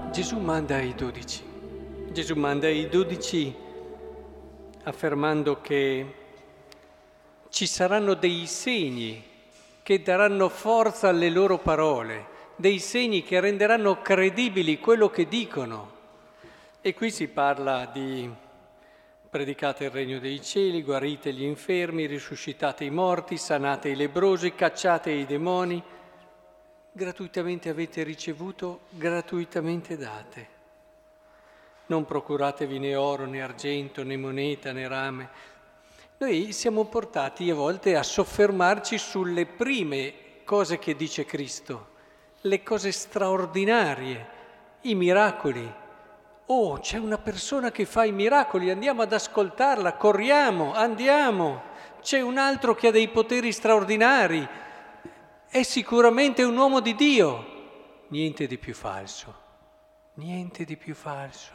Gesù manda i 12. Gesù manda i 12 affermando che ci saranno dei segni che daranno forza alle loro parole, dei segni che renderanno credibili quello che dicono. E qui si parla di predicate il regno dei cieli, guarite gli infermi, risuscitate i morti, sanate i lebbrosi, cacciate i demoni. Gratuitamente avete ricevuto, gratuitamente date. Non procuratevi né oro, né argento, né moneta, né rame. Noi siamo portati a volte a soffermarci sulle prime cose che dice Cristo, le cose straordinarie, i miracoli. Oh, c'è una persona che fa i miracoli, andiamo ad ascoltarla, corriamo, andiamo. C'è un altro che ha dei poteri straordinari. È sicuramente un uomo di Dio. Niente di più falso, niente di più falso.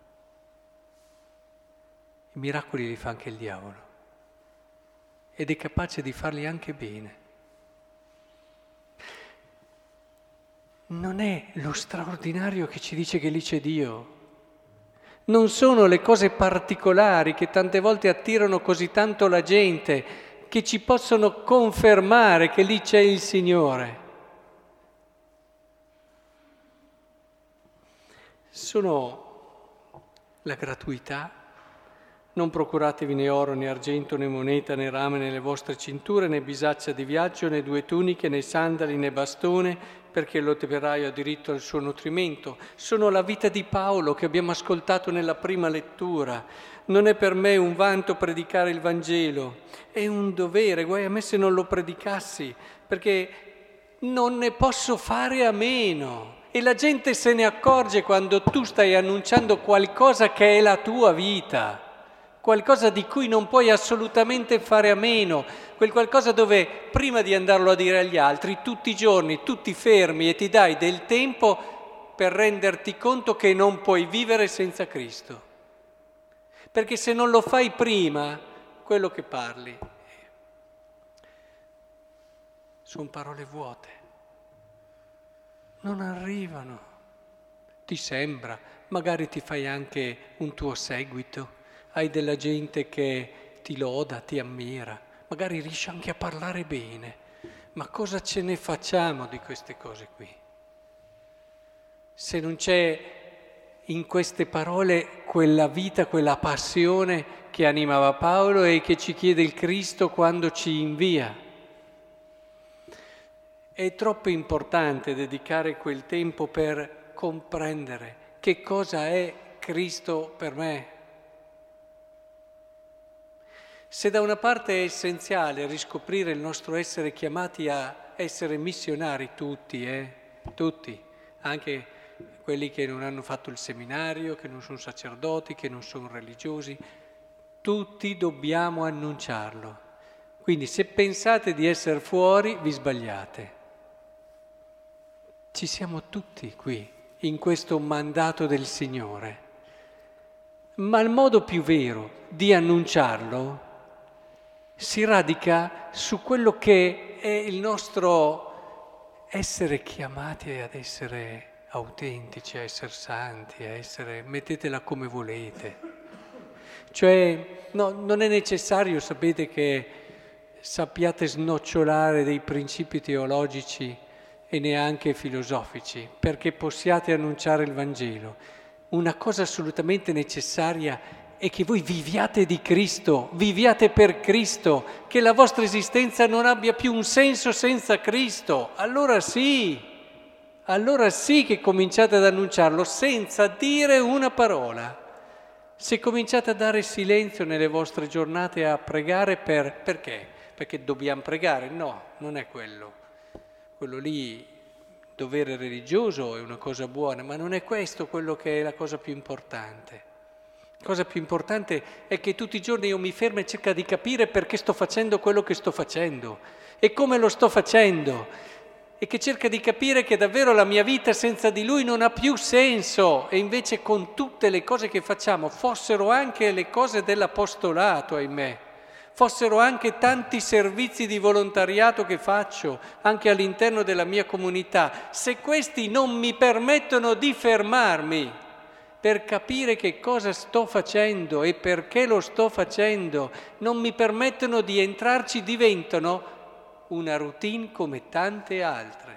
I miracoli li fa anche il diavolo ed è capace di farli anche bene. Non è lo straordinario che ci dice che lì c'è Dio. Non sono le cose particolari che tante volte attirano così tanto la gente, che ci possono confermare che lì c'è il Signore. Sono la gratuità. Non procuratevi né oro, né argento, né moneta, né rame nelle vostre cinture, né bisaccia di viaggio, né 2 tuniche, né sandali, né bastone, perché l'operaio ha diritto al suo nutrimento. Sono la vita di Paolo che abbiamo ascoltato nella prima lettura. Non è per me un vanto predicare il Vangelo, è un dovere, guai a me se non lo predicassi, perché non ne posso fare a meno. E la gente se ne accorge quando tu stai annunciando qualcosa che è la tua vita, qualcosa di cui non puoi assolutamente fare a meno, quel qualcosa dove prima di andarlo a dire agli altri, tutti i giorni, tu ti fermi e ti dai del tempo per renderti conto che non puoi vivere senza Cristo. Perché se non lo fai prima, quello che parli sono parole vuote, non arrivano. Ti sembra, magari ti fai anche un tuo seguito, hai della gente che ti loda, ti ammira, magari riesci anche a parlare bene, ma cosa ce ne facciamo di queste cose qui? Se non c'è in queste parole quella vita, quella passione che animava Paolo e che ci chiede il Cristo quando ci invia. È troppo importante dedicare quel tempo per comprendere che cosa è Cristo per me. Se da una parte è essenziale riscoprire il nostro essere chiamati a essere missionari, tutti, anche quelli che non hanno fatto il seminario, che non sono sacerdoti, che non sono religiosi, tutti dobbiamo annunciarlo. Quindi se pensate di essere fuori, vi sbagliate. Ci siamo tutti qui, in questo mandato del Signore. Ma il modo più vero di annunciarlo si radica su quello che è il nostro essere chiamati ad essere autentici, a essere santi, a essere, mettetela come volete. Cioè, no, non è necessario, sapete, che sappiate snocciolare dei principi teologici e neanche filosofici, perché possiate annunciare il Vangelo. Una cosa assolutamente necessaria è che voi viviate di Cristo, viviate per Cristo, che la vostra esistenza non abbia più un senso senza Cristo. Allora sì che cominciate ad annunciarlo senza dire una parola. Se cominciate a dare silenzio nelle vostre giornate a pregare perché? Perché dobbiamo pregare? No, non è quello. Quello lì, dovere religioso, è una cosa buona, ma non è questo quello che è la cosa più importante. La cosa più importante è che tutti i giorni io mi fermo e cerco di capire perché sto facendo quello che sto facendo e come lo sto facendo, e che cerca di capire che davvero la mia vita senza di Lui non ha più senso, e invece con tutte le cose che facciamo, fossero anche le cose dell'apostolato, ahimè, fossero anche tanti servizi di volontariato che faccio, anche all'interno della mia comunità, se questi non mi permettono di fermarmi per capire che cosa sto facendo e perché lo sto facendo, non mi permettono di entrarci, diventano una routine come tante altre,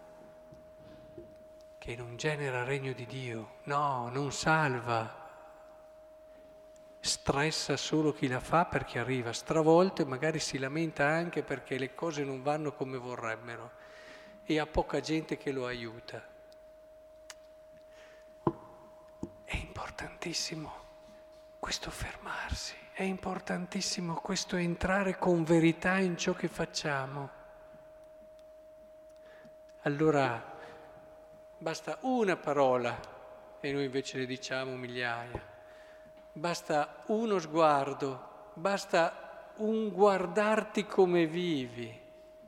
che non genera regno di Dio, no, non salva. Stressa solo chi la fa perché arriva stravolto e magari si lamenta anche perché le cose non vanno come vorrebbero e ha poca gente che lo aiuta. È importantissimo questo fermarsi, è importantissimo questo entrare con verità in ciò che facciamo. Allora basta una parola e noi invece ne diciamo migliaia. Basta uno sguardo, basta un guardarti come vivi.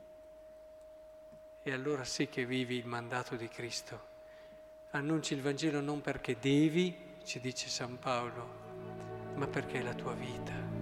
E allora sì che vivi il mandato di Cristo. Annunci il Vangelo non perché devi, ci dice San Paolo, ma perché è la tua vita.